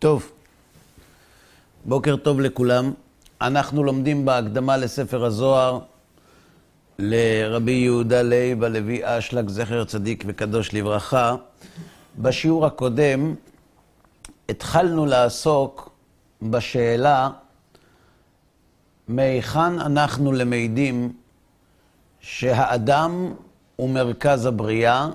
טוב, בוקר טוב לכולם. אנחנו לומדים בהקדמה לספר הזוהר לרבי יהודה לייב הלוי אשלג, זכר צדיק וקדוש לברכה. בשיעור הקודם התחלנו לעסוק בשאלה מהיכן אנחנו למדים שהאדם הוא מרכז הבריאה,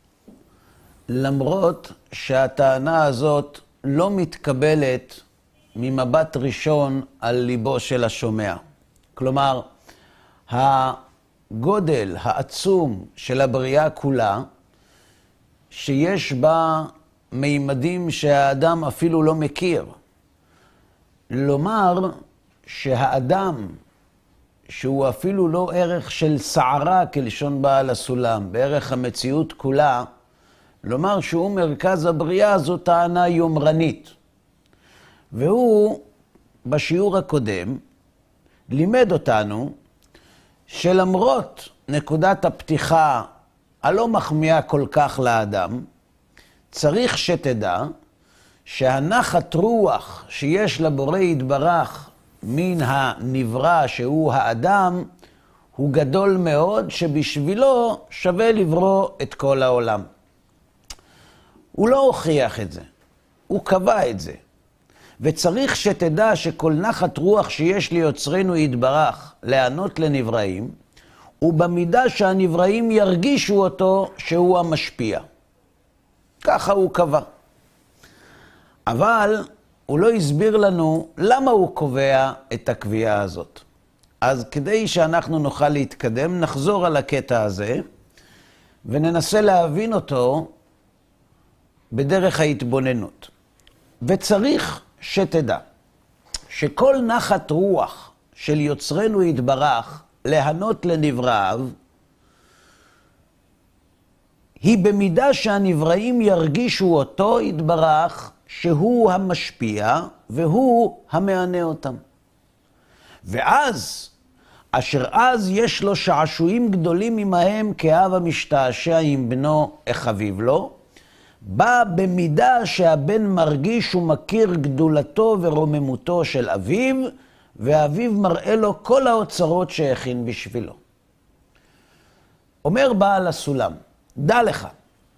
למרות שהטענה הזאת לא מתקבלת ממבט ראשון על ליבו של השומע. כלומר, הגודל העצום של הבריאה כולה, שיש בה מימדים שהאדם אפילו לא מכיר. לומר שהאדם, שהוא אפילו לא ערך של שערה כלשון בעל הסולם, בערך המציאות כולה, לומר שהוא מרכז הבריאה זו טענה יומרנית. והוא בשיעור הקודם לימד אותנו שלמרות נקודת הפתיחה הלא מחמיאה כל כך לאדם, צריך שתדע שהנחת רוח שיש לבורא יתברך מן הנברא שהוא האדם, הוא גדול מאוד שבשבילו שווה לברוא את כל העולם. הוא לא הוכיח את זה, הוא קבע את זה. וצריך שתדע שכל נחת רוח שיש ליוצרנו יתברך לענות לנבראים, ובמידה שהנבראים ירגישו אותו שהוא המשפיע. ככה הוא קבע. אבל הוא לא הסביר לנו למה הוא קובע את הקביעה הזאת. אז כדי שאנחנו נוכל להתקדם, נחזור על הקטע הזה, וננסה להבין אותו בדרך ההתבוננות. וצריך שתדע שכל נחת רוח של יוצרנו יתברך להנות לנבראיו, היא במידה שהנבראים ירגישו אותו יתברך שהוא המשפיע והוא המענה אותם. ואז, אשר אז יש לו שעשועים גדולים עמהם כאב המשתעשע עם בנו החביב לו, בא במידה שהבן מרגיש ומכיר גדולתו ורוממותו של אביו, ואביו מראה לו כל האוצרות שהכין בשבילו. אומר בעל הסולם, דע לך,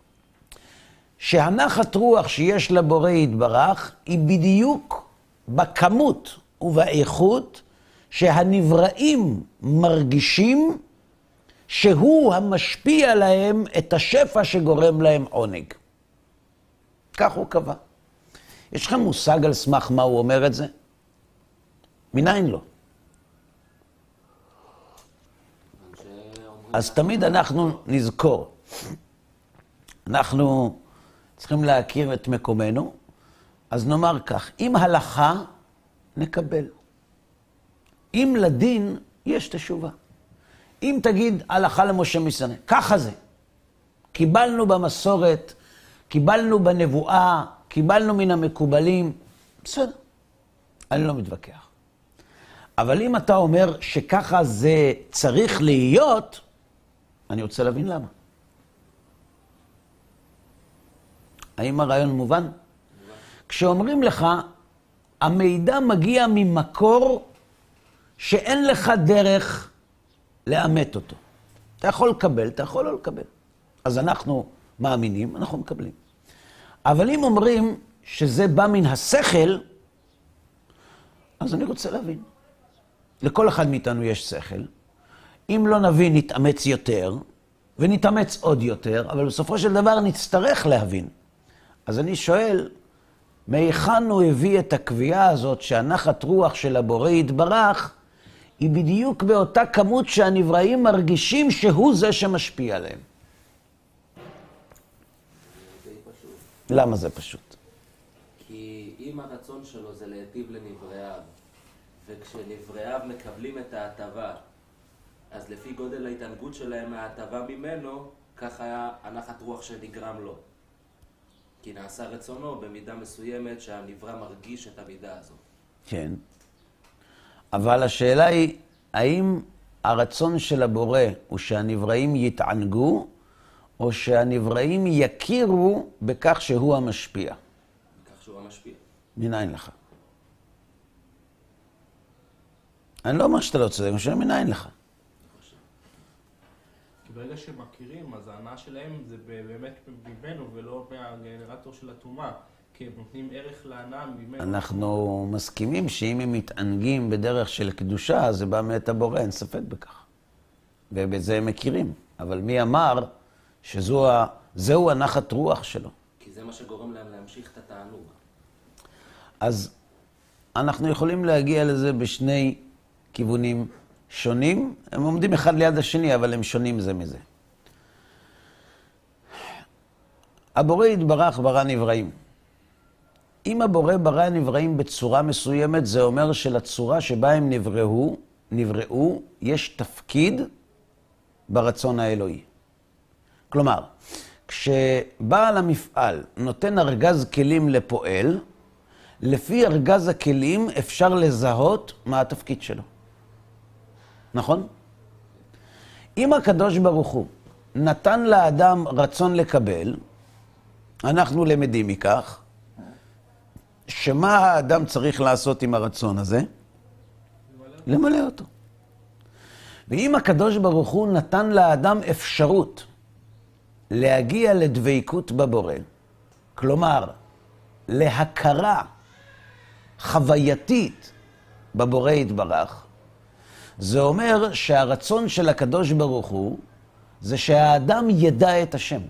שהנחת רוח שיש לבורא יתברך, היא בדיוק בכמות ובאיכות שהנבראים מרגישים שהוא המשפיע להם את השפע שגורם להם עונג. כך הוא קבע. יש לכם מושג על סמך מה הוא אומר את זה? מניין לא? אז תמיד אנחנו נזכור. אנחנו צריכים להכיר את מקומנו, אז נאמר כך, אם הלכה, נקבל. אם לדין, יש תשובה. אם תגיד הלכה למשה משנא, ככה זה. קיבלנו במסורת, קיבלנו בנבואה, קיבלנו מן המקובלים, בסדר, אני לא מתווכח. אבל אם אתה אומר שככה זה צריך להיות, אני רוצה להבין למה. האם הרעיון מובן? כשאומרים לך, המידע מגיע ממקור שאין לך דרך לאמת אותו. אתה יכול לקבל, אתה יכול לא לקבל. אז אנחנו מאמינים, אנחנו מקבלים. אבל אם אומרים שזה בא מן השכל, אז אני רוצה להבין. לכל אחד מאיתנו יש שכל. אם לא נבין, נתאמץ יותר, ונתאמץ עוד יותר, אבל בסופו של דבר נצטרך להבין. אז אני שואל, מהיכן הוא הביא את הקביעה הזאת שהנחת רוח של הבורא יתברך, היא בדיוק באותה כמות שהנבראים מרגישים שהוא זה שמשפיע עליהם. למה זה פשוט? כי אם הרצון שלו זה להיטיב לנבראיו, וכשנבראיו מקבלים את ההטבה, אז לפי גודל ההתענגות שלהם ההטבה ממנו, כך היה הנחת רוח שנגרם לו. כי נעשה רצונו במידה מסוימת שהנברא מרגיש את המידה הזאת. כן. אבל השאלה היא, האם הרצון של הבורא הוא שהנבראים יתענגו, או שהנבראים יכירו בכך שהוא המשפיע? בכך שהוא המשפיע. מנין לך? אני לא אומר שאתה לא צודק, אני חושב מנין לך. כי ברגע שמכירים, אז ההנאה שלהם זה באמת ממנו ולא מהגנרטור של התאומה. כי הם נותנים ערך להנאה ממנו. אנחנו מסכימים שאם הם מתענגים בדרך של קדושה, זה בא מאת הבורא, אין ספק בכך. ובזה הם מכירים. אבל מי אמר שזהו הנחת רוח שלו? כי זה מה שגורם להם להמשיך את התענוג. אז אנחנו יכולים להגיע לזה בשני כיוונים שונים. הם עומדים אחד ליד השני, אבל הם שונים זה מזה. הבורא יתברך ברא נבראים. אם הבורא ברא נבראים בצורה מסוימת, זה אומר שלצורה שבה הם נבראו, יש תפקיד ברצון האלוהי. כלומר, כשבעל המפעל נותן ארגז כלים לפועל, לפי ארגז הכלים אפשר לזהות מה התפקיד שלו. נכון? אם הקדוש ברוך הוא נתן לאדם רצון לקבל, אנחנו למדים מכך, שמה האדם צריך לעשות עם הרצון הזה? למלא אותו. ואם הקדוש ברוך הוא נתן לאדם אפשרות להגיע לדבקות בבורא, כלומר, להכרה חווייתית בבורא יתברך, זה אומר שהרצון של הקדוש ברוך הוא זה שהאדם ידע את השם.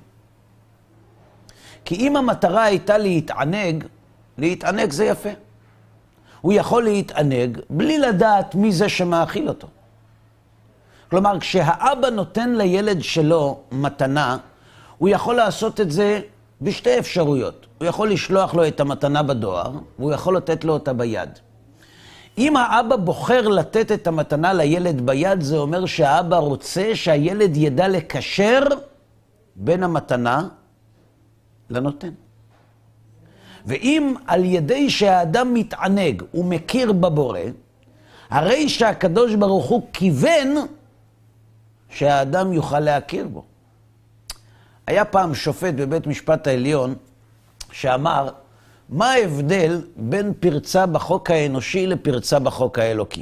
כי אם המטרה הייתה להתענג זה יפה. הוא יכול להתענג בלי לדעת מי זה שמאכיל אותו. כלומר, כשהאבא נותן לילד שלו מתנה, הוא יכול לעשות את זה בשתי אפשרויות. הוא יכול לשלוח לו את המתנה בדואר, והוא יכול לתת לו אותה ביד. אם האבא בוחר לתת את המתנה לילד ביד, זה אומר שהאבא רוצה שהילד ידע לקשר בין המתנה לנותן. ואם על ידי שהאדם מתענג ומכיר בבורא, הרי שהקדוש ברוך הוא כיוון שהאדם יוכל להכיר בו. היה פעם שופט בבית משפט העליון שאמר, מה ההבדל בין פרצה בחוק האנושי לפרצה בחוק האלוקי?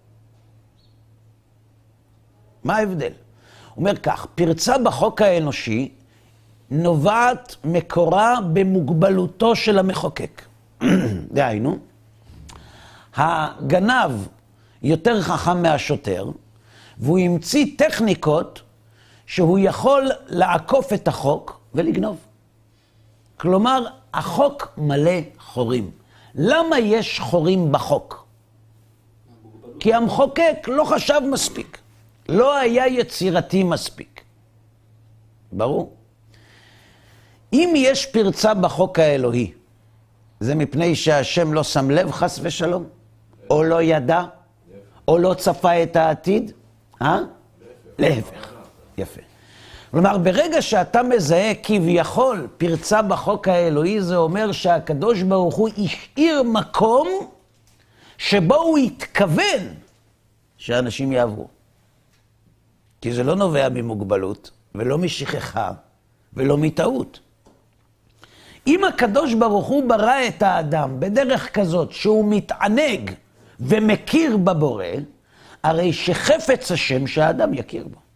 מה ההבדל? הוא אומר כך, פרצה בחוק האנושי נובעת מקורה במוגבלותו של המחוקק. דהיינו, הגנב יותר חכם מהשוטר, והוא המציא טכניקות שהוא יכול לעקוף את החוק ולגנוב. כלומר, החוק מלא חורים. למה יש חורים בחוק? כי המחוקק לא חשב מספיק. לא היה יצירתי מספיק. ברור? אם יש פרצה בחוק האלוהי, זה מפני שהשם לא שם לב חס ושלום? או לא ידע? או לא צפה את העתיד? להפך. יפה. כלומר, ברגע שאתה מזהה כביכול פרצה בחוק האלוהי, זה אומר שהקדוש ברוך הוא השאיר מקום שבו הוא התכוון שאנשים יעברו. כי זה לא נובע ממוגבלות, ולא משכחה, ולא מטעות. אם הקדוש ברוך הוא ברא את האדם בדרך כזאת שהוא מתענג ומכיר בבורא, הרי שחפץ השם שהאדם יכיר בו.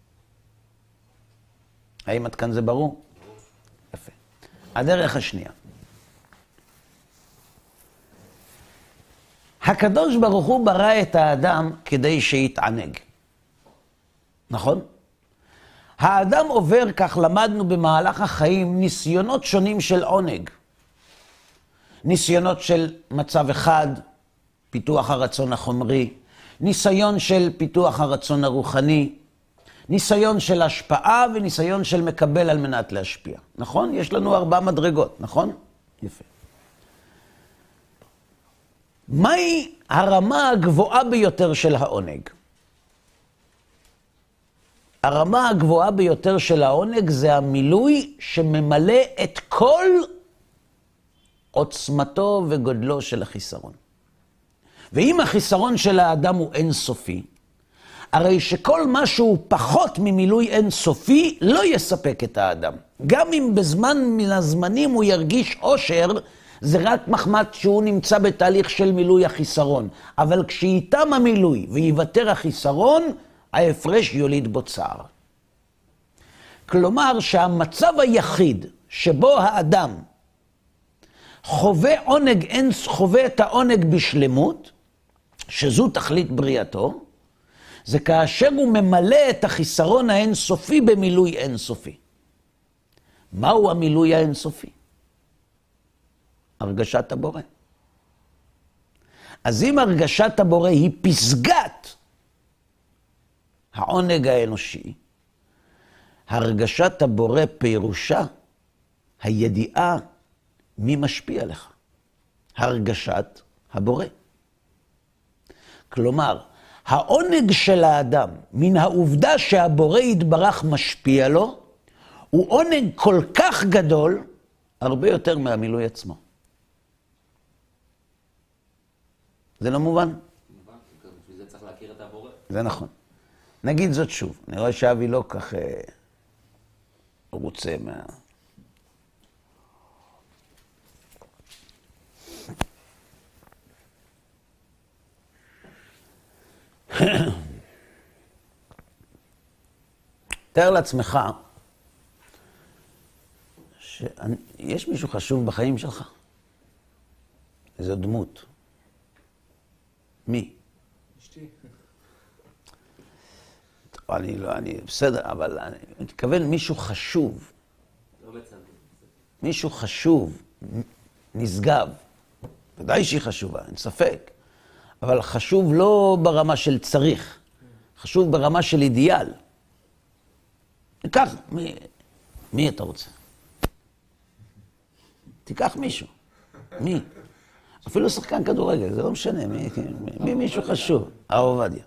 האם עד כאן זה ברור? יפה. הדרך השנייה. הקדוש ברוך הוא ברא את האדם כדי שיתענג. נכון? האדם עובר, כך למדנו במהלך החיים, ניסיונות שונים של עונג. ניסיונות של מצב אחד, פיתוח הרצון החומרי, ניסיון של פיתוח הרצון הרוחני, ניסיון של השפעה וניסיון של מקבל על מנת להשפיע. נכון? יש לנו 4 מדרגות, נכון? יפה. מהי הרמה הגבוהה ביותר של העונג? הרמה הגבוהה ביותר של העונג זה המילוי שממלא את כל עוצמתו וגודלו של החיסרון. ואם החיסרון של האדם הוא אינסופי, הרי שכל משהו פחות ממילוי אינסופי לא יספק את האדם. גם אם בזמן מן הזמנים הוא ירגיש אושר, זה רק מחמת שהוא נמצא בתהליך של מילוי החיסרון. אבל כשיתם המילוי ויוותר החיסרון, ההפרש יוליד בו צער. כלומר שהמצב היחיד שבו האדם חווה את העונג בשלמות, שזו תכלית בריאתו, זה כאשר הוא ממלא את החיסרון האינסופי במילוי אינסופי. מהו המילוי האינסופי? הרגשת הבורא. אז אם הרגשת הבורא היא פסגת העונג האנושי, הרגשת הבורא פירושה הידיעה מי משפיע לך. הרגשת הבורא. כלומר, העונג של האדם מן העובדה שהבורא יתברך משפיע לו, הוא עונג כל כך גדול, הרבה יותר מהמילוי עצמו. זה לא מובן? מובן, בשביל זה צריך להכיר את הבורא. זה נכון. נגיד זאת שוב, אני רואה שאבי לא כך רוצה מה... תאר לעצמך שיש מישהו חשוב בחיים שלך. איזו דמות. מי? אשתי. אני בסדר, אבל אני מתכוון מישהו חשוב. לא מצלמים. מישהו חשוב, נשגב. ודאי שהיא חשובה, אין ספק. אבל חשוב לא ברמה של צריך. חשוב ברמה של אידיאל. תיקח, מי אתה רוצה? תיקח מישהו. מי? אפילו שחקן כדורגל, זה לא משנה. מי מישהו חשוב? הרב עובדיה.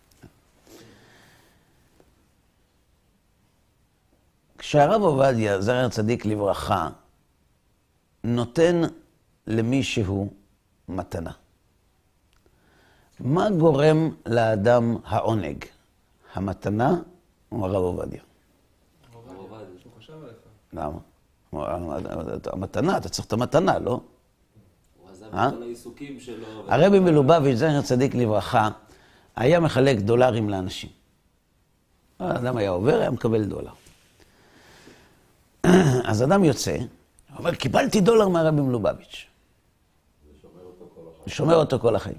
כשהרב עובדיה, זכר צדיק לברכה, נותן למישהו מתנה. מה גורם לאדם העונג? המתנה או הרב עובדיה? הרב עובדיה. הוא חשב עליך. למה? המתנה, אתה צריך את המתנה, לא? הוא עזב את כל העיסוקים שלו. הרבי מלובביץ', זכר צדיק לברכה, היה מחלק דולרים לאנשים. האדם היה עובר, היה מקבל דולר. אז אדם יוצא, אומר, קיבלתי דולר מהרבי מלובביץ'. שומר אותו כל החיים.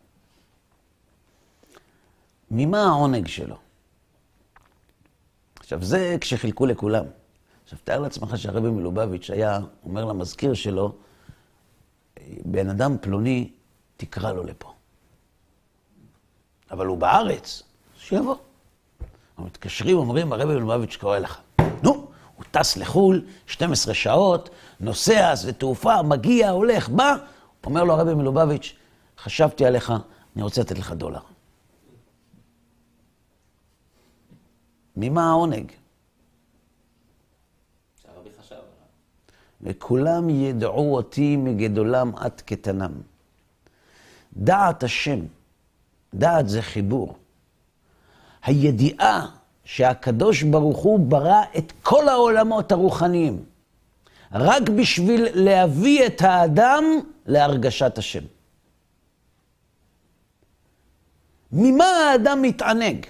ממה העונג שלו? עכשיו, זה כשחילקו לכולם. עכשיו, תאר לעצמך שהרבי מלובביץ' היה אומר למזכיר שלו, בן אדם פלוני, תקרא לו לפה. אבל הוא בארץ, שיבוא. מתקשרים, אומרים, הרבי מלובביץ' קורא לך. נו, הוא טס לחול, 12 שעות, נוסע, זה תעופה, מגיע, הולך, בא. אומר לו הרבי מלובביץ', חשבתי עליך, אני רוצה לתת לך דולר. ממה העונג? שהרבי חשב עליו. וכולם ידעו אותי מגדולם עד קטנם. דעת השם, דעת זה חיבור. הידיעה שהקדוש ברוך הוא ברא את כל העולמות הרוחניים, רק בשביל להביא את האדם להרגשת השם. ממה האדם מתענג?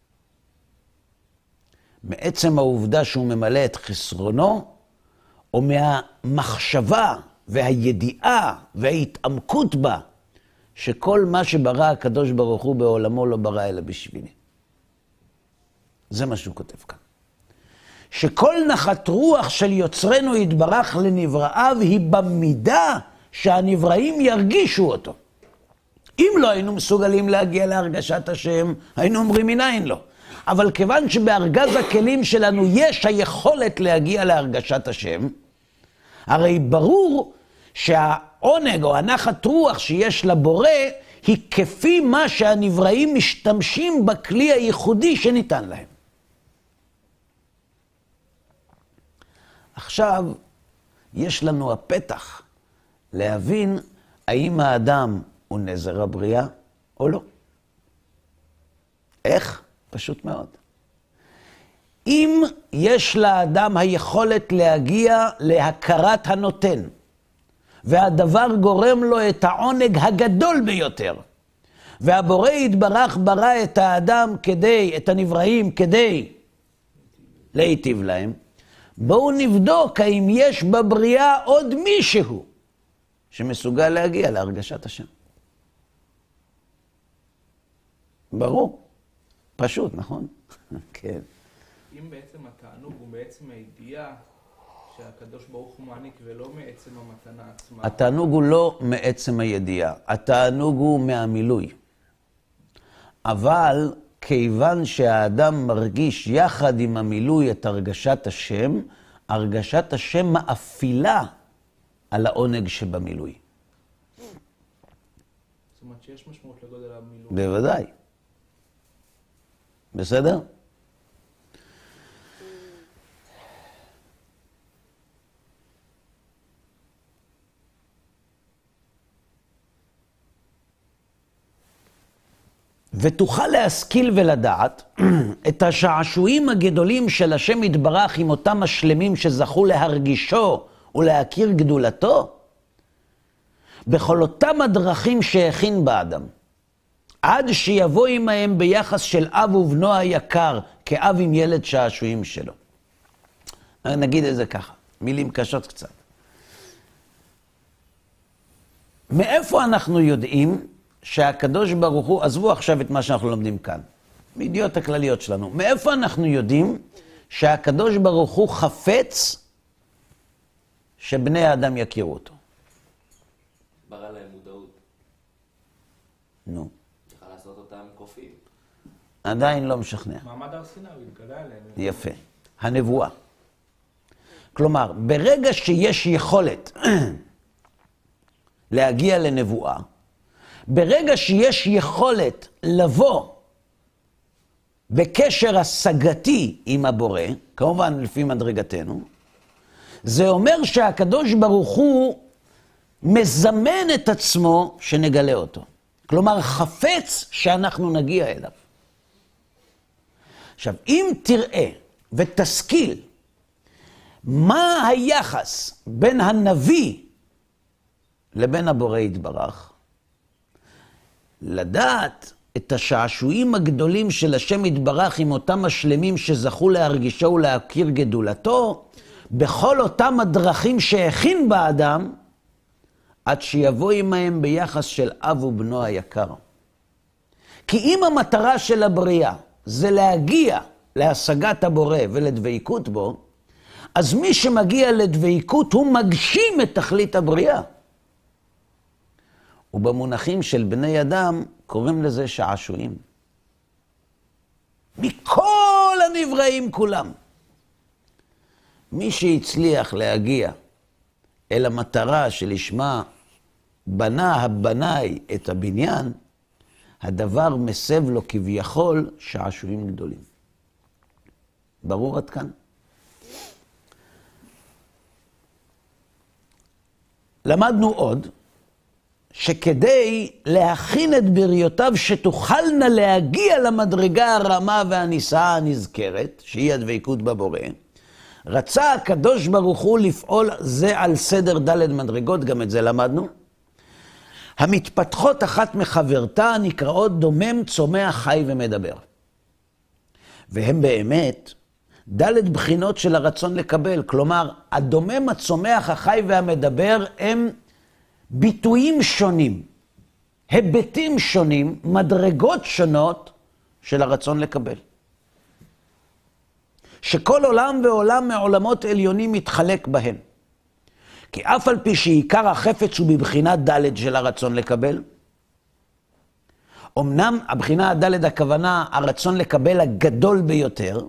מעצם העובדה שהוא ממלא את חסרונו, או מהמחשבה והידיעה וההתעמקות בה, שכל מה שברא הקדוש ברוך הוא בעולמו לא ברא אלא בשבילי. זה מה שהוא כותב כאן. שכל נחת רוח של יוצרנו יתברך לנבראיו היא במידה שהנבראים ירגישו אותו. אם לא היינו מסוגלים להגיע להרגשת השם, היינו אומרים מניין לא. אבל כיוון שבארגז הכלים שלנו יש היכולת להגיע להרגשת השם, הרי ברור שהעונג או הנחת רוח שיש לבורא היא כפי מה שהנבראים משתמשים בכלי הייחודי שניתן להם. עכשיו יש לנו הפתח להבין האם האדם הוא נזר הבריאה או לא. איך? פשוט מאוד. אם יש לאדם היכולת להגיע להכרת הנותן, והדבר גורם לו את העונג הגדול ביותר. והבורא יתברך ברא את האדם את הנבראים כדי להיטיב להם. בואו נבדוק האם יש בבריאה עוד מישהו שמסוגל להגיע להרגשת השם. ברור. פשוט, נכון? כן. אם בעצם התענוג הוא בעצם הידיעה שהקדוש ברוך הוא מעניק ולא מעצם המתנה עצמה. התענוג הוא לא מעצם הידיעה, התענוג הוא מהמילוי. אבל כיוון שהאדם מרגיש יחד עם המילוי את הרגשת השם מאפילה על העונג שבמילוי. זאת אומרת שיש משמעות לגודל המילוי. בוודאי. בסדר? ותוכל להשכיל ולדעת את השעשועים הגדולים של השם יתברך עם אותם השלמים שזכו להרגישו ולהכיר גדולתו, בכל אותם הדרכים שהכין באדם, עד שיבוא עמהם ביחס של אב ובנו היקר, כאב עם ילד שעשועים שלו. נגיד את זה ככה, מילים קשות קצת. מאיפה אנחנו יודעים שהקדוש ברוך הוא, עזבו עכשיו את מה שאנחנו לומדים כאן, מידיעות הכלליות שלנו, מאיפה אנחנו יודעים שהקדוש ברוך הוא חפץ שבני האדם יכירו אותו? ברא להם מודעות. נו. צריך לעשות אותם קופים. עדיין לא משכנע. מעמד הר סיני, הוא התגלה עליהם. יפה. הנבואה. כלומר, ברגע שיש יכולת להגיע לנבואה, ברגע שיש יכולת לבוא בקשר השגתי עם הבורא, כמובן לפי מדרגתנו, זה אומר שהקדוש ברוך הוא מזמן את עצמו שנגלה אותו. כלומר, חפץ שאנחנו נגיע אליו. עכשיו, אם תראה ותשכיל מה היחס בין הנביא לבין הבורא יתברך, לדעת את השעשועים הגדולים של השם יתברך עם אותם השלמים שזכו להרגישו ולהכיר גדולתו, בכל אותם הדרכים שהכין באדם, עד שיבוא עמהם ביחס של אב ובנו היקר. כי אם המטרה של הבריאה זה להגיע להשגת הבורא ולדבקות בו, אז מי שמגיע לדבקות הוא מגשים את תכלית הבריאה. ובמונחים של בני אדם קוראים לזה שעשועים. מכל הנבראים כולם. מי שהצליח להגיע אל המטרה שלשמה בנה הבנאי את הבניין, הדבר מסב לו כביכול שעשועים גדולים. ברור עד כאן? למדנו עוד שכדי להכין את בריותיו שתוכלנה להגיע למדרגה הרמה והנישאה הנזכרת, שהיא הדבקות בבורא, רצה הקדוש ברוך הוא לפעול זה על סדר ד' מדרגות, גם את זה למדנו, המתפתחות אחת מחברתה נקראות דומם, צומח, חי ומדבר. והם באמת ד' בחינות של הרצון לקבל, כלומר, הדומם, הצומח, החי והמדבר הם ביטויים שונים, היבטים שונים, מדרגות שונות של הרצון לקבל. שכל עולם ועולם מעולמות עליונים מתחלק בהן. כי אף על פי שעיקר החפץ הוא בבחינת ד' של הרצון לקבל, אמנם הבחינה ד' הכוונה הרצון לקבל הגדול ביותר,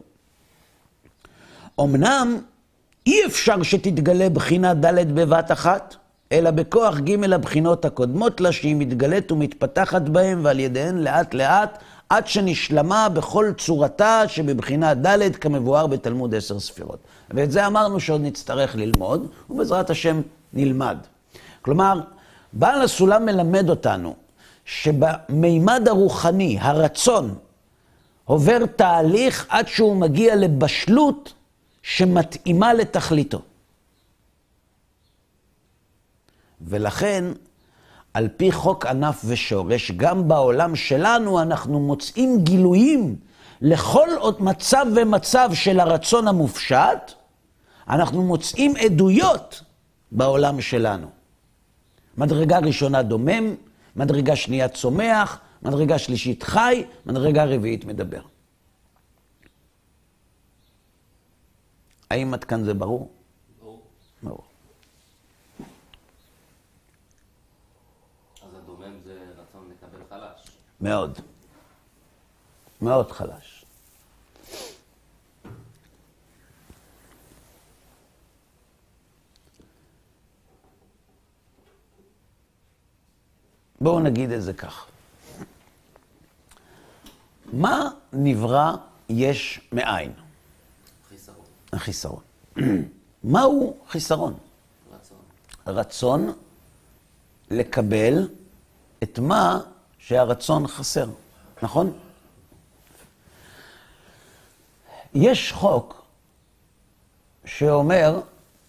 אמנם אי אפשר שתתגלה בחינה ד' בבת אחת, אלא בכוח ג' הבחינות הקודמות לה, שהיא מתגלית ומתפתחת בהם, ועל ידיהן לאט לאט, עד שנשלמה בכל צורתה שבבחינה ד' כמבואר בתלמוד 10 ספירות. ואת זה אמרנו שעוד נצטרך ללמוד, ובעזרת השם נלמד. כלומר, בעל הסולם מלמד אותנו, שבמימד הרוחני, הרצון, עובר תהליך עד שהוא מגיע לבשלות שמתאימה לתכליתו. ולכן, על פי חוק ענף ושורש, גם בעולם שלנו אנחנו מוצאים גילויים לכל עוד מצב ומצב של הרצון המופשט, אנחנו מוצאים עדויות בעולם שלנו. מדרגה ראשונה דומם, מדרגה שנייה צומח, מדרגה שלישית חי, מדרגה רביעית מדבר. האם עד כאן זה ברור? ברור. ברור. אז הדומם זה רצון לקבל חלש. מאוד. מאוד חלש. בואו נגיד את זה כך. מה נברא יש מאין? חיסרון. החיסרון. מהו חיסרון? רצון. רצון לקבל את מה שהרצון חסר, נכון? יש חוק שאומר,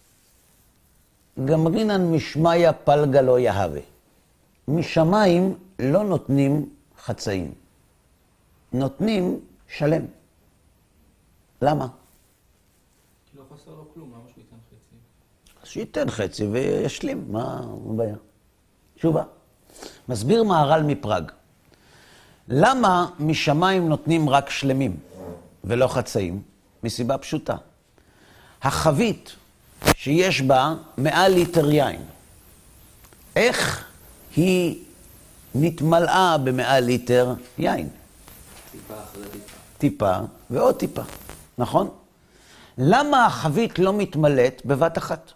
גמרינן משמיא פלגה לא יהווה. משמיים לא נותנים חצאים, נותנים שלם. למה? כי לא חסר לו כלום, למה שהוא ייתן חצי? אז שייתן חצי וישלים, מה הבעיה? תשובה. מסביר מהר"ל מפראג. למה משמיים נותנים רק שלמים ולא חצאים? מסיבה פשוטה. החבית שיש בה 100 ליטר יין, איך היא נתמלאה ב100 ליטר יין? טיפה אחרי טיפה. טיפה ועוד טיפה, נכון? למה החבית לא מתמלאת בבת אחת?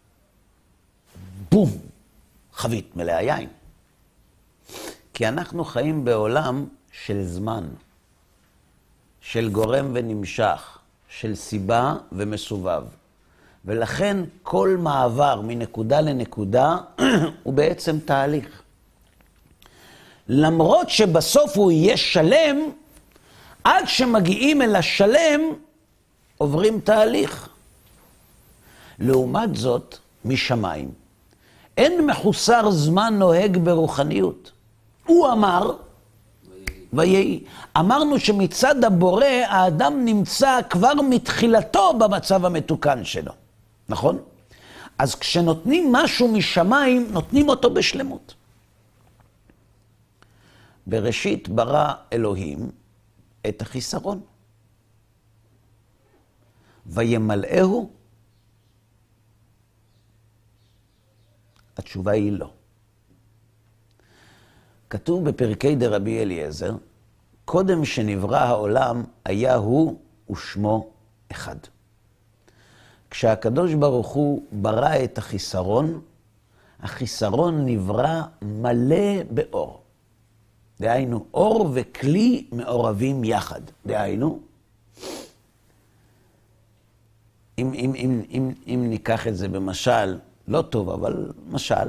בום, חבית מלאה יין. כי אנחנו חיים בעולם של זמן, של גורם ונמשך, של סיבה ומסובב. ולכן כל מעבר מנקודה לנקודה הוא בעצם תהליך. למרות שבסוף הוא יהיה שלם, עד שמגיעים אל השלם עוברים תהליך. לעומת זאת, משמיים, אין מחוסר זמן נוהג ברוחניות. הוא אמר, ויהי. אמרנו שמצד הבורא האדם נמצא כבר מתחילתו במצב המתוקן שלו. נכון? אז כשנותנים משהו משמיים, נותנים אותו בשלמות. בראשית ברא אלוהים את החיסרון. וימלאהו? התשובה היא לא. כתוב בפרקי דרבי אליעזר, קודם שנברא העולם היה הוא ושמו אחד. כשהקדוש ברוך הוא ברא את החיסרון, החיסרון נברא מלא באור. דהיינו, אור וכלי מעורבים יחד. דהיינו, אם ניקח את זה במשל, לא טוב, אבל משל,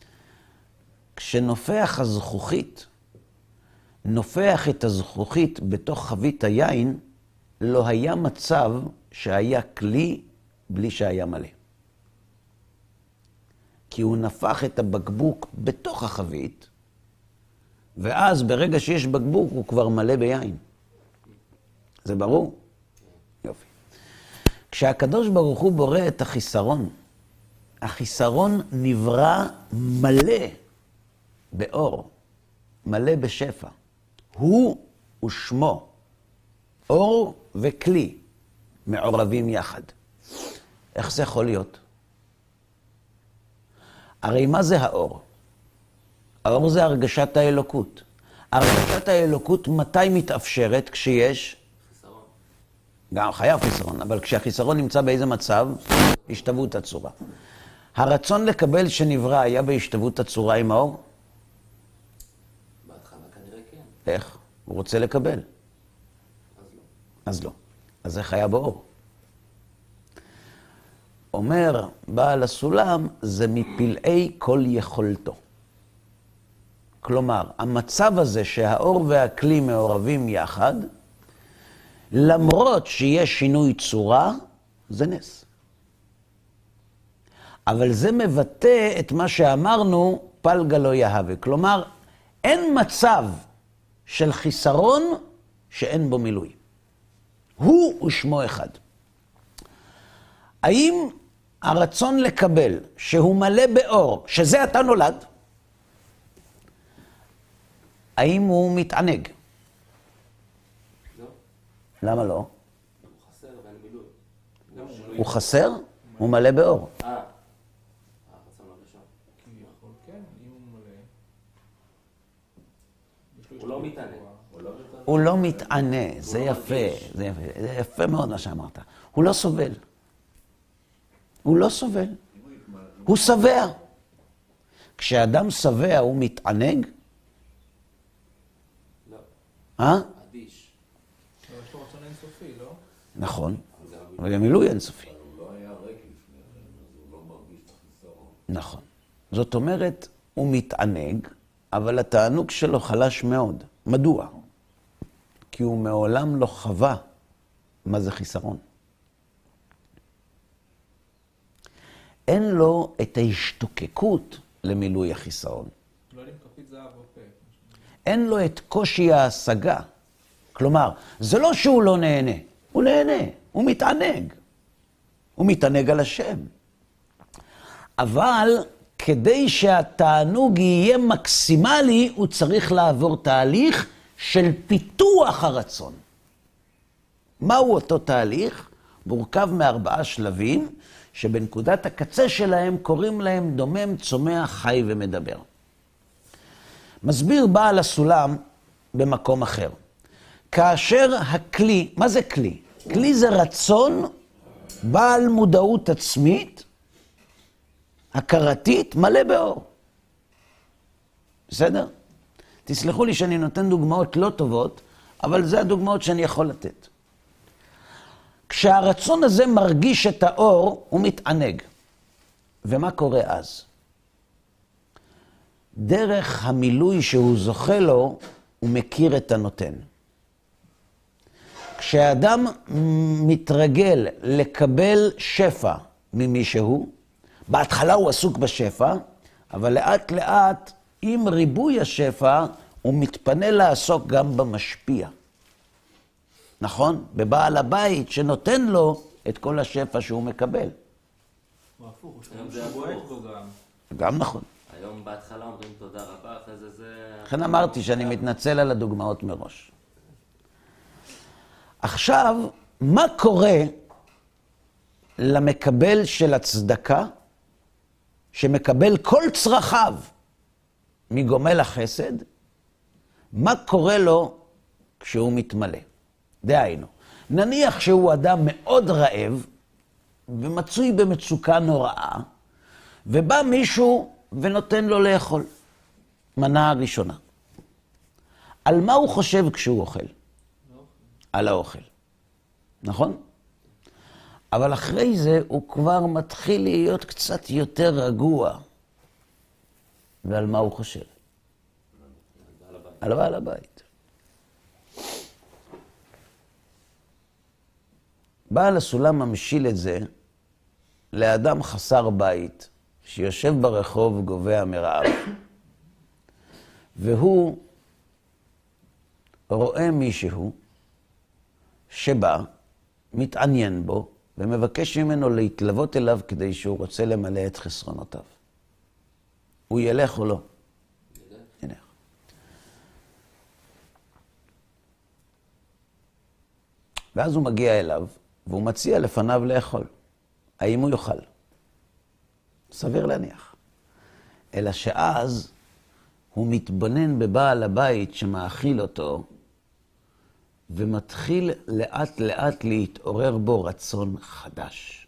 כשנופח הזכוכית, נופח את הזכוכית בתוך חבית היין, לא היה מצב שהיה כלי בלי שהיה מלא. כי הוא נפח את הבקבוק בתוך החבית, ואז ברגע שיש בקבוק הוא כבר מלא ביין. זה ברור? יופי. כשהקדוש ברוך הוא בורא את החיסרון, החיסרון נברא מלא באור, מלא בשפע. הוא ושמו, אור וכלי, מעורבים יחד. איך זה יכול להיות? הרי מה זה האור? האור זה הרגשת האלוקות. הרגשת האלוקות מתי מתאפשרת? כשיש? חיסרון. גם חייב חיסרון, אבל כשהחיסרון נמצא באיזה מצב? השתוות הצורה. הרצון לקבל שנברא היה בהשתוות הצורה עם האור? בהתחלה כנראה כן. איך? הוא רוצה לקבל. אז לא. אז לא. אז איך היה באור? אומר בעל הסולם, זה מפלאי כל יכולתו. כלומר, המצב הזה שהאור והכלי מעורבים יחד, למרות שיש שינוי צורה, זה נס. אבל זה מבטא את מה שאמרנו, פלגה לא יהווה. כלומר, אין מצב של חיסרון שאין בו מילוי. הוא ושמו אחד. האם הרצון לקבל שהוא מלא באור, שזה אתה נולד, האם הוא מתענג? לא. למה לא? הוא חסר ואין מילוי. הוא חסר? הוא מלא באור. רצון הראשון. כן, אם הוא מלא. הוא לא מתענג. הוא לא מתענה, זה יפה, זה יפה, זה יפה מאוד מה שאמרת. הוא לא סובל. הוא לא סובל. הוא שבע. כשאדם שבע הוא מתענג? לא. אדיש. יש לו רצון אינסופי, לא? נכון, אבל המילוי אינסופי. הוא לא היה ריק לפני כן, אז הוא לא מרגיש את החיסרון. נכון. זאת אומרת, הוא מתענג, אבל התענוג שלו חלש מאוד. מדוע? כי הוא מעולם לא חווה מה זה חיסרון. אין לו את ההשתוקקות למילוי החיסרון. לא יודעים כפית זהב או פה. אין לו את קושי ההשגה. כלומר, זה לא שהוא לא נהנה, הוא נהנה, הוא מתענג. הוא מתענג על השם. אבל כדי שהתענוג יהיה מקסימלי, הוא צריך לעבור תהליך של פיתוח הרצון. מהו אותו תהליך? מורכב מ4 שלבים, שבנקודת הקצה שלהם קוראים להם דומם, צומח, חי ומדבר. מסביר בעל הסולם במקום אחר. כאשר הכלי, מה זה כלי? כלי זה רצון בעל מודעות עצמית, הכרתית, מלא באור. בסדר? תסלחו לי שאני נותן דוגמאות לא טובות, אבל זה הדוגמאות שאני יכול לתת. כשהרצון הזה מרגיש את האור, הוא מתענג. ומה קורה אז? דרך המילוי שהוא זוכה לו, הוא מכיר את הנותן. כשאדם מתרגל לקבל שפע ממישהו, בהתחלה הוא עסוק בשפע, אבל לאט לאט, עם ריבוי השפע, הוא מתפנה לעסוק גם במשפיע. נכון? בבעל הבית שנותן לו את כל השפע שהוא מקבל. הוא הפוך, הוא בועט בו גם. גם נכון. היום בהתחלה אומרים תודה רבה, אחרי זה... לכן אמרתי שאני מתנצל על הדוגמאות מראש. עכשיו, מה קורה למקבל של הצדקה, שמקבל כל צרכיו מגומל החסד? מה קורה לו כשהוא מתמלא? דהיינו, נניח שהוא אדם מאוד רעב, ומצוי במצוקה נוראה, ובא מישהו ונותן לו לאכול. מנה הראשונה. על מה הוא חושב כשהוא אוכל? על האוכל. נכון? אבל אחרי זה הוא כבר מתחיל להיות קצת יותר רגוע. ועל מה הוא חושב? על בעל הבית. בעל הסולם ממשיל את זה לאדם חסר בית, שיושב ברחוב וגובע מרעב, והוא רואה מישהו שבא, מתעניין בו, ומבקש ממנו להתלוות אליו כדי שהוא רוצה למלא את חסרונותיו. הוא ילך או לא? ילך. ואז הוא מגיע אליו, והוא מציע לפניו לאכול. האם הוא יאכל? סביר להניח. אלא שאז הוא מתבונן בבעל הבית שמאכיל אותו, ומתחיל לאט לאט להתעורר בו רצון חדש.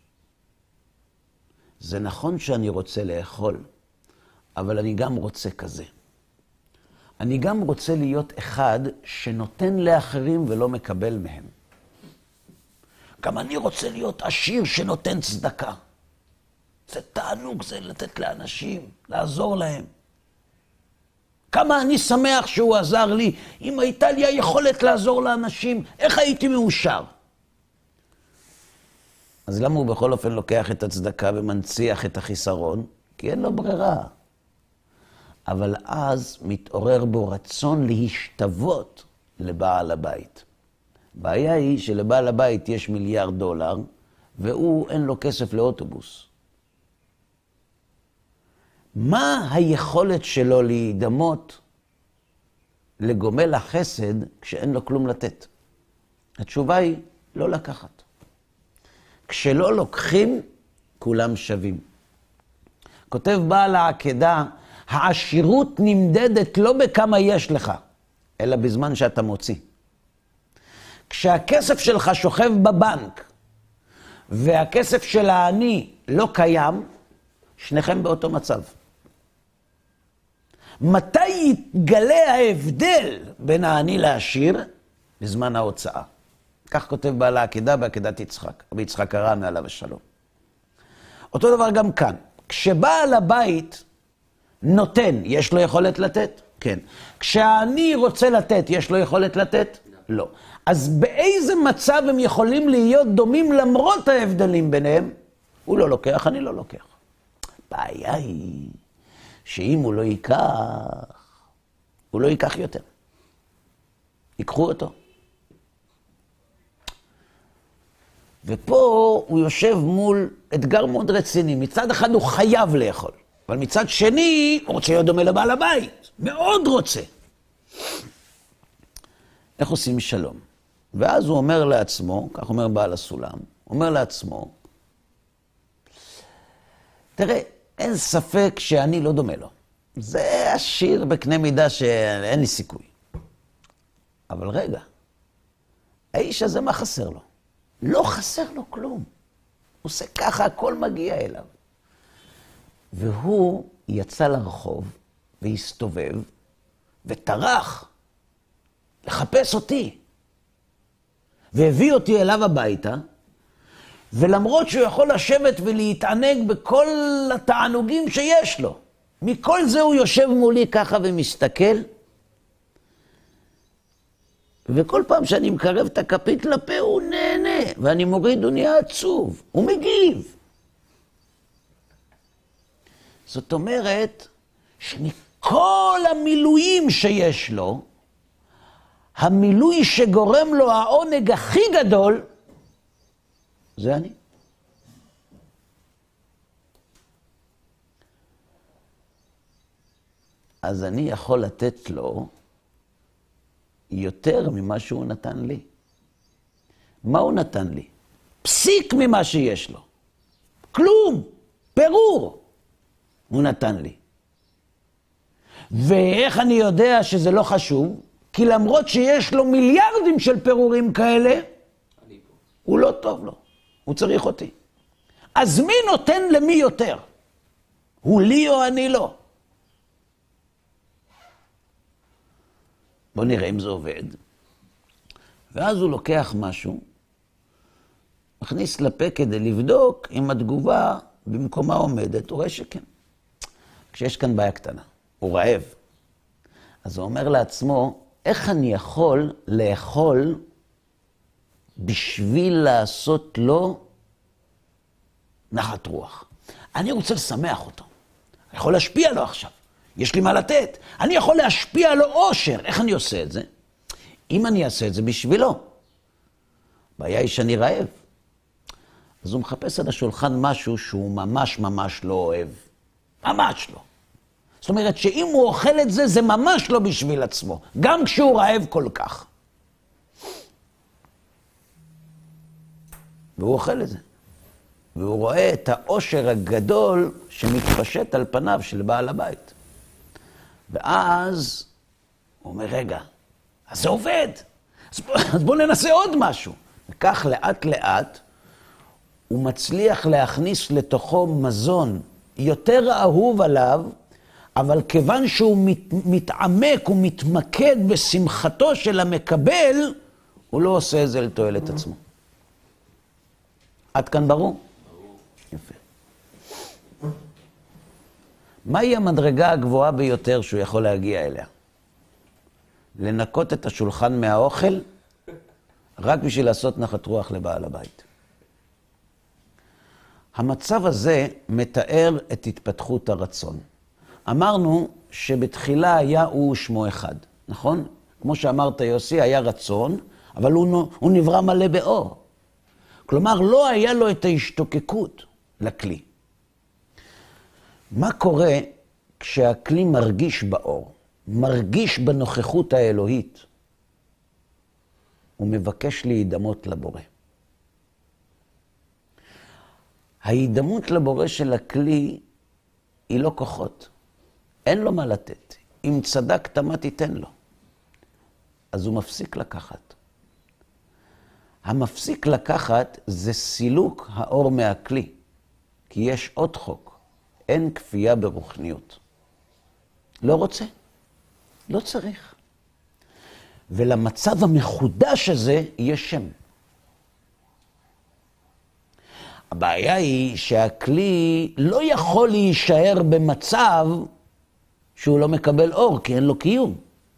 זה נכון שאני רוצה לאכול, אבל אני גם רוצה כזה. אני גם רוצה להיות אחד שנותן לאחרים ולא מקבל מהם. גם אני רוצה להיות עשיר שנותן צדקה. זה תענוג, זה לתת לאנשים, לעזור להם. כמה אני שמח שהוא עזר לי. אם הייתה לי היכולת לעזור לאנשים, איך הייתי מאושר? אז למה הוא בכל אופן לוקח את הצדקה ומנציח את החיסרון? כי אין לו ברירה. אבל אז מתעורר בו רצון להשתוות לבעל הבית. הבעיה היא שלבעל הבית יש $1 מיליארד, והוא אין לו כסף לאוטובוס. מה היכולת שלו להידמות לגומל החסד כשאין לו כלום לתת? התשובה היא לא לקחת. כשלא לוקחים, כולם שווים. כותב בעל העקדה, העשירות נמדדת לא בכמה יש לך, אלא בזמן שאתה מוציא. כשהכסף שלך שוכב בבנק, והכסף של העני לא קיים, שניכם באותו מצב. מתי יתגלה ההבדל בין העני לעשיר? בזמן ההוצאה. כך כותב בעל העקדה בעקדת יצחק, רבי יצחק הרמי עליו השלום. אותו דבר גם כאן. כשבעל הבית נותן, יש לו יכולת לתת? כן. כשהעני רוצה לתת, יש לו יכולת לתת? לא. אז באיזה מצב הם יכולים להיות דומים למרות ההבדלים ביניהם? הוא לא לוקח, אני לא לוקח. הבעיה היא שאם הוא לא ייקח, הוא לא ייקח יותר. ייקחו אותו. ופה הוא יושב מול אתגר מאוד רציני. מצד אחד הוא חייב לאכול, אבל מצד שני הוא רוצה להיות דומה לבעל הבית. מאוד רוצה. איך עושים שלום? ואז הוא אומר לעצמו, כך אומר בעל הסולם, אומר לעצמו, תראה, אין ספק שאני לא דומה לו. זה עשיר בקנה מידה שאין לי סיכוי. אבל רגע, האיש הזה מה חסר לו? לא חסר לו כלום. הוא עושה ככה, הכל מגיע אליו. והוא יצא לרחוב והסתובב וטרח לחפש אותי. והביא אותי אליו הביתה, ולמרות שהוא יכול לשבת ולהתענג בכל התענוגים שיש לו, מכל זה הוא יושב מולי ככה ומסתכל, וכל פעם שאני מקרב את הכפית לפה הוא נהנה, ואני מוריד, הוא נהיה עצוב, הוא מגיב. זאת אומרת שמכל המילואים שיש לו, המילוי שגורם לו העונג הכי גדול, זה אני. אז אני יכול לתת לו יותר ממה שהוא נתן לי. מה הוא נתן לי? פסיק ממה שיש לו. כלום, פירור, הוא נתן לי. ואיך אני יודע שזה לא חשוב? כי למרות שיש לו מיליארדים של פירורים כאלה, הוא לא טוב לו, הוא צריך אותי. אז מי נותן למי יותר? הוא לי או אני לא? בוא נראה אם זה עובד. ואז הוא לוקח משהו, מכניס לפה כדי לבדוק אם התגובה במקומה עומדת, הוא רואה שכן. כשיש כאן בעיה קטנה, הוא רעב. אז הוא אומר לעצמו, איך אני יכול לאכול בשביל לעשות לו נחת רוח? אני רוצה לשמח אותו. אני יכול להשפיע לו עכשיו. יש לי מה לתת. אני יכול להשפיע לו אושר. איך אני עושה את זה? אם אני אעשה את זה בשבילו. הבעיה היא שאני רעב. אז הוא מחפש על השולחן משהו שהוא ממש ממש לא אוהב. ממש לא. זאת אומרת שאם הוא אוכל את זה, זה ממש לא בשביל עצמו. גם כשהוא רעב כל כך. והוא אוכל את זה. והוא רואה את האושר הגדול שמתפשט על פניו של בעל הבית. ואז הוא אומר, רגע, אז זה עובד. אז בוא ננסה עוד משהו. וכך לאט לאט הוא מצליח להכניס לתוכו מזון יותר אהוב עליו, אבל כיוון שהוא מתעמק ומתמקד בשמחתו של המקבל, הוא לא עושה את זה לתועלת עצמו. עד כאן ברור? ברור. יפה. מהי המדרגה הגבוהה ביותר שהוא יכול להגיע אליה? לנקות את השולחן מהאוכל, רק בשביל לעשות נחת רוח לבעל הבית. המצב הזה מתאר את התפתחות הרצון. אמרנו שבתחילה היה הוא ושמו אחד, נכון? כמו שאמרת יוסי, היה רצון, אבל הוא נברא מלא באור. כלומר, לא היה לו את ההשתוקקות לכלי. מה קורה כשהכלי מרגיש באור, מרגיש בנוכחות האלוהית? הוא מבקש להידמות לבורא. ההידמות לבורא של הכלי היא לא כוחות. אין לו מה לתת. אם צדקת, מה תיתן לו? אז הוא מפסיק לקחת. המפסיק לקחת זה סילוק האור מהכלי. כי יש עוד חוק. אין כפייה ברוחניות. לא רוצה. לא צריך. ולמצב המחודש הזה יש שם. הבעיה היא שהכלי לא יכול להישאר במצב שהוא לא מקבל אור, כי אין לו קיום.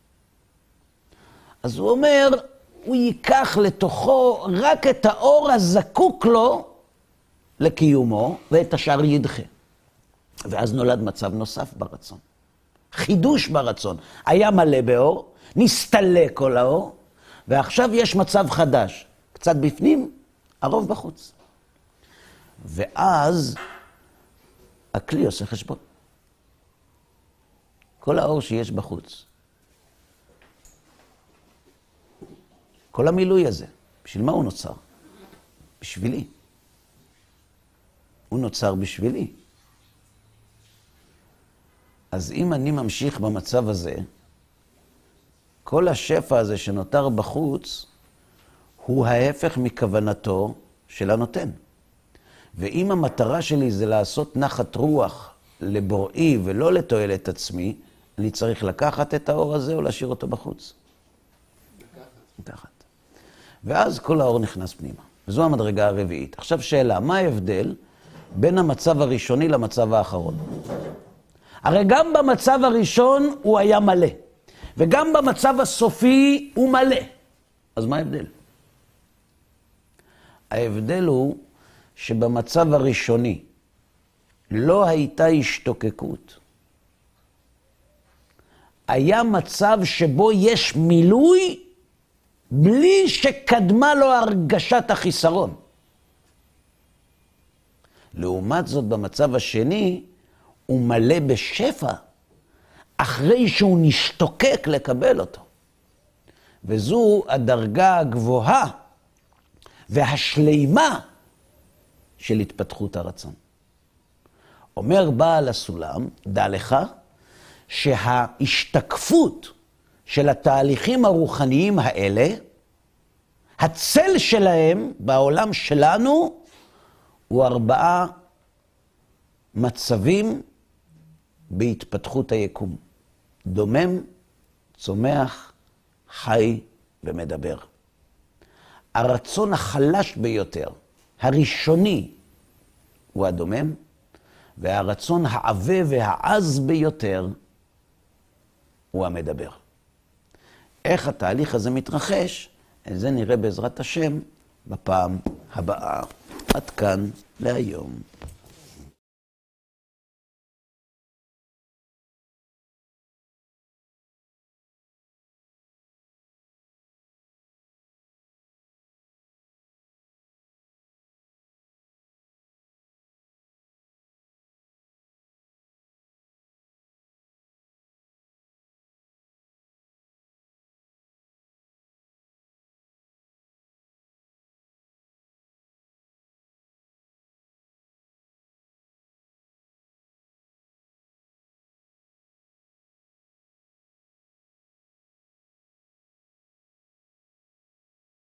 אז הוא אומר, הוא ייקח לתוכו רק את האור הזקוק לו לקיומו, ואת השאר ידחה. ואז נולד מצב נוסף ברצון. חידוש ברצון. היה מלא באור, נסתלק כל האור, ועכשיו יש מצב חדש. קצת בפנים, הרוב בחוץ. ואז הכלי עושה חשבון. כל האור שיש בחוץ. כל המילוי הזה. בשביל מה הוא נוצר? בשבילי. הוא נוצר בשבילי. אז אם אני ממשיך במצב הזה, כל השפע הזה שנותר בחוץ, הוא ההפך מכוונתו של הנותן. ואם המטרה שלי זה לעשות נחת רוח לבוראי ולא לתועלת עצמי, אני צריך לקחת את האור הזה או להשאיר אותו בחוץ. לקחת. ואז כל האור נכנס פנימה. וזו המדרגה הרביעית. עכשיו שאלה, מה ההבדל בין המצב הראשוני למצב האחרון? הרי גם במצב הראשון הוא היה מלא, וגם במצב הסופי הוא מלא. אז מה ההבדל? ההבדל הוא שבמצב הראשוני לא הייתה השתוקקות. היה מצב שבו יש מילוי בלי שקדמה לו הרגשת החיסרון. לעומת זאת, במצב השני הוא מלא בשפע אחרי שהוא נשתוקק לקבל אותו. וזו הדרגה הגבוהה והשלימה של התפתחות הרצון. אומר בעל הסולם, דע לך, שההשתקפות של התהליכים הרוחניים האלה, הצל שלהם בעולם שלנו, הוא 4 מצבים בהתפתחות היקום. דומם, צומח, חי ומדבר. הרצון החלש ביותר, הראשוני, הוא הדומם, והרצון העבה והעז ביותר הוא המדבר. איך התהליך הזה מתרחש, את זה נראה בעזרת השם בפעם הבאה. עד כאן להיום.